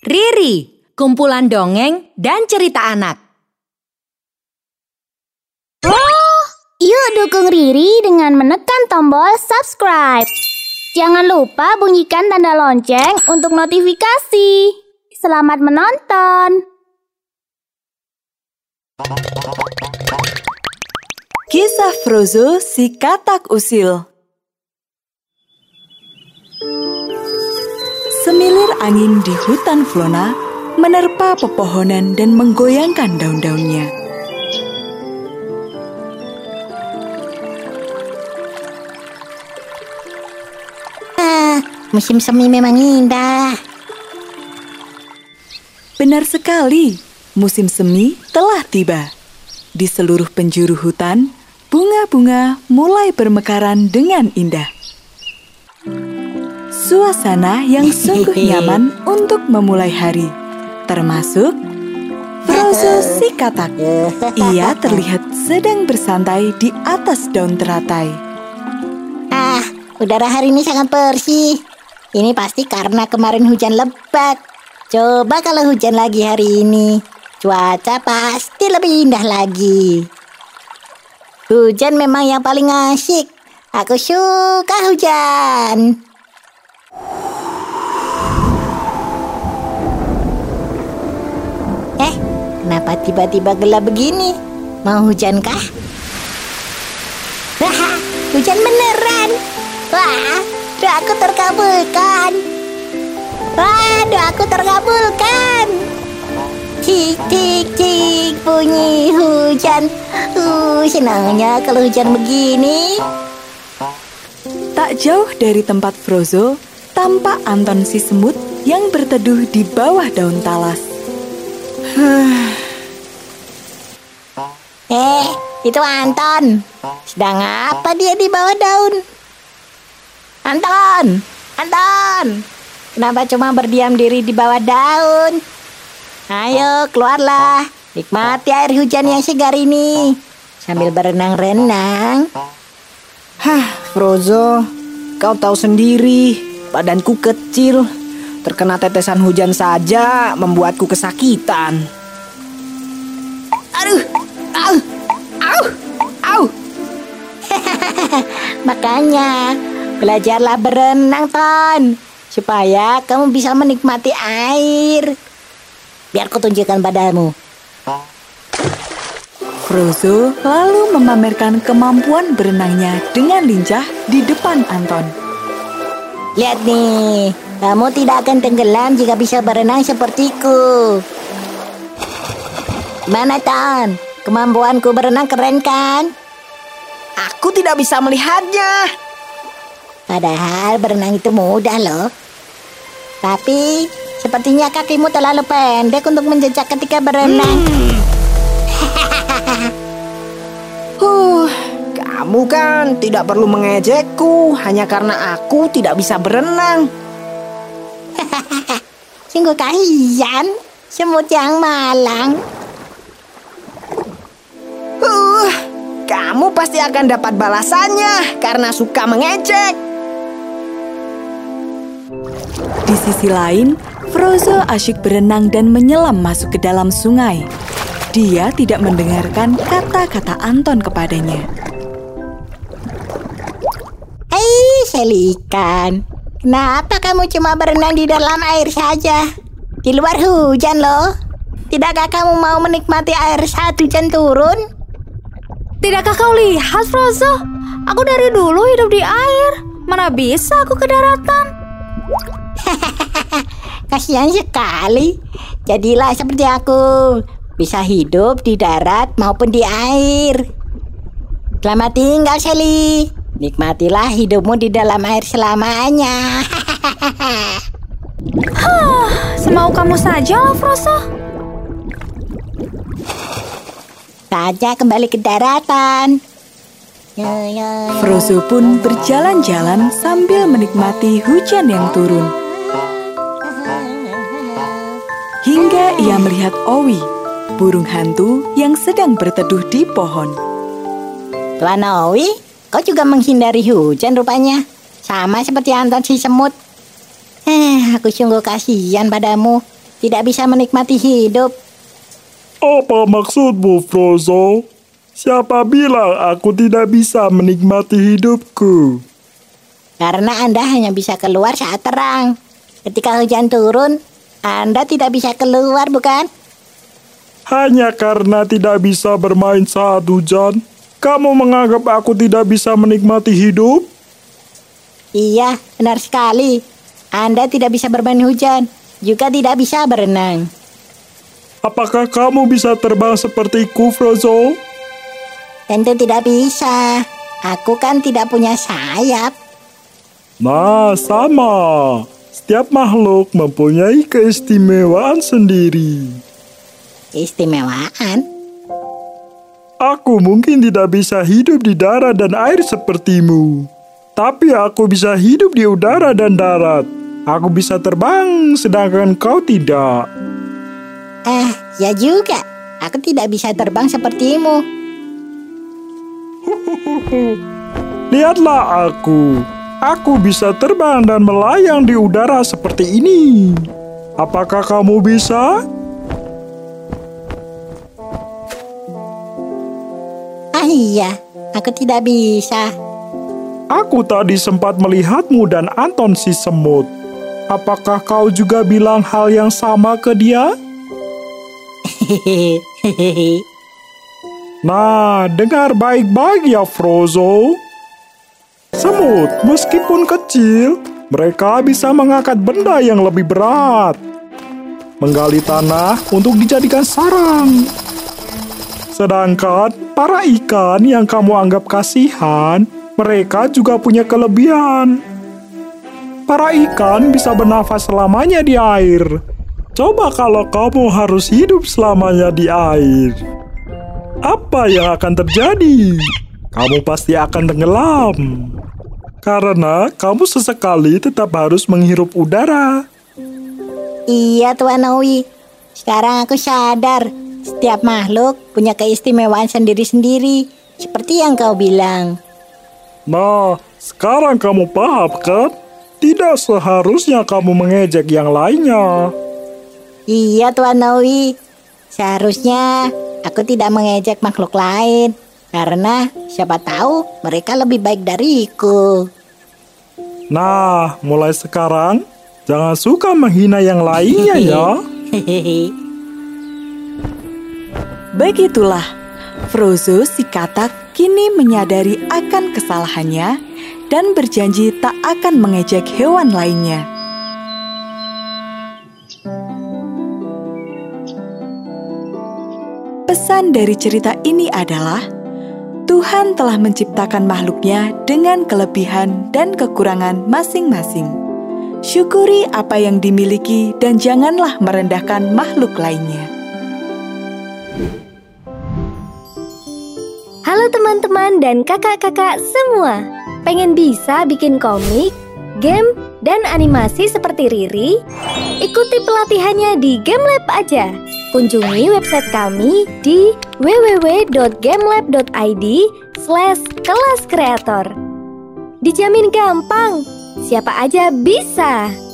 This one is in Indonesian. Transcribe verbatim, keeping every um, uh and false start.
Riri, kumpulan dongeng dan cerita anak. Oh, yuk dukung Riri dengan menekan tombol subscribe. Jangan lupa bunyikan tanda lonceng untuk notifikasi. Selamat menonton. Kisah Frozo si katak usil. Semilir angin di hutan Flona menerpa pepohonan dan menggoyangkan daun-daunnya. Ah, musim semi memang indah. Benar sekali, musim semi telah tiba. Di seluruh penjuru hutan, bunga-bunga mulai bermekaran dengan indah. Suasana yang sungguh nyaman untuk memulai hari, termasuk Frozo si katak. Ia terlihat sedang bersantai di atas daun teratai. Ah, udara hari ini sangat bersih. Ini pasti karena kemarin hujan lebat. Coba kalau hujan lagi hari ini, cuaca pasti lebih indah lagi. Hujan memang yang paling asik. Aku suka hujan. Eh, kenapa tiba-tiba gelap begini? Mau hujan kah? Wah, hujan beneran. Wah, doaku terkabulkan. Wah, doaku terkabulkan. Cik, cik, cik, bunyi hujan. Uh, senangnya kalau hujan begini. Tak jauh dari tempat Frozo, tampak Anton si semut yang berteduh di bawah daun talas. Eh, itu Anton. Sedang apa dia di bawah daun? Anton, Anton, kenapa cuma berdiam diri di bawah daun? Ayo, keluarlah. Nikmati air hujan yang segar ini sambil berenang-renang. Hah, Frozo, kau tahu sendiri, badanku kecil. Terkena tetesan hujan saja membuatku kesakitan. Aduh, au, au, au. Makanya, belajarlah berenang, Ton, supaya kamu bisa menikmati air. Biar ku tunjukkan padamu. Frozo lalu memamerkan kemampuan berenangnya dengan lincah di depan Anton. Lihat nih, kamu tidak akan tenggelam jika bisa berenang sepertiku. Gimana, Ton? Kemampuanku berenang keren kan? Aku tidak bisa melihatnya. Padahal berenang itu mudah loh. Tapi sepertinya kakimu terlalu pendek untuk menjejak ketika berenang. Hmm. Huh, kamu kan tidak perlu mengejekku hanya karena aku tidak bisa berenang. Sungguh kasihan, semut yang malang. Huh, kamu pasti akan dapat balasannya karena suka mengejek. Di sisi lain, Frozo asyik berenang dan menyelam masuk ke dalam sungai. Dia tidak mendengarkan kata-kata Anton kepadanya. Hei, Sally ikan. Kenapa kamu cuma berenang di dalam air saja? Di luar hujan loh. Tidakkah kamu mau menikmati air saat hujan turun? Tidakkah kau lihat, Frozo? Aku dari dulu hidup di air. Mana bisa aku ke daratan? Kasihan sekali. Jadilah seperti aku. Bisa hidup di darat maupun di air. Selamat tinggal, Sally. Nikmatilah hidupmu di dalam air selamanya. Hah, semau kamu saja loh, Frozo. Saja kembali ke daratan. Ya, ya, ya. Frozo pun berjalan-jalan sambil menikmati hujan yang turun. Hingga ia melihat Owi, burung hantu yang sedang berteduh di pohon. Tuan Owi, kau juga menghindari hujan rupanya. Sama seperti Anton si semut. Eh, aku sungguh kasihan padamu. tidak bisa menikmati hidup. Apa maksudmu, Frozo? Siapa bilang aku tidak bisa menikmati hidupku? Karena Anda hanya bisa keluar saat terang. Ketika hujan turun, Anda tidak bisa keluar, bukan? Hanya karena tidak bisa bermain saat hujan, kamu menganggap aku tidak bisa menikmati hidup? Iya, benar sekali. Anda tidak bisa bermain hujan, juga tidak bisa berenang. Apakah kamu bisa terbang sepertiku, Frozo? Tentu tidak bisa. Aku kan tidak punya sayap. Nah, sama. Setiap makhluk mempunyai keistimewaan sendiri. Keistimewaan? Aku mungkin tidak bisa hidup di darat dan air sepertimu. Tapi aku bisa hidup di udara dan darat. Aku bisa terbang, sedangkan kau tidak. Eh, ya juga. Aku tidak bisa terbang sepertimu. Lihatlah aku. Aku bisa terbang dan melayang di udara seperti ini. Apakah kamu bisa? Ah iya, aku tidak bisa. Aku tadi sempat melihatmu dan Anton si semut. Apakah kau juga bilang hal yang sama ke dia? Nah, dengar baik-baik ya, Frozo. Semut, meskipun kecil, mereka bisa mengangkat benda yang lebih berat. Menggali tanah untuk dijadikan sarang. Sedangkan para ikan yang kamu anggap kasihan, mereka juga punya kelebihan. Para ikan bisa bernafas selamanya di air. Coba kalau kamu harus hidup selamanya di air. Apa yang akan terjadi? Kamu pasti akan tenggelam. Karena kamu sesekali tetap harus menghirup udara. Iya, Tuan Owi. Sekarang aku sadar. Setiap makhluk punya keistimewaan sendiri-sendiri. Seperti yang kau bilang. Nah, sekarang kamu paham kan? Tidak seharusnya kamu mengejek yang lainnya. Iya, Tuan Owi. Seharusnya aku tidak mengejek makhluk lain. Karena siapa tahu mereka lebih baik dariku. Nah, mulai sekarang jangan suka menghina yang lainnya ya. Begitulah, Frozo si katak kini menyadari akan kesalahannya dan berjanji tak akan mengejek hewan lainnya. Pesan dari cerita ini adalah, Tuhan telah menciptakan makhluknya dengan kelebihan dan kekurangan masing-masing. Syukuri apa yang dimiliki dan janganlah merendahkan makhluk lainnya. Halo teman-teman dan kakak-kakak semua. Pengen bisa bikin komik, game, dan animasi seperti Riri? Ikuti pelatihannya di GameLab aja. Kunjungi website kami di w w w dot gamelab dot i d slash kelas kreator. Dijamin gampang, siapa aja bisa.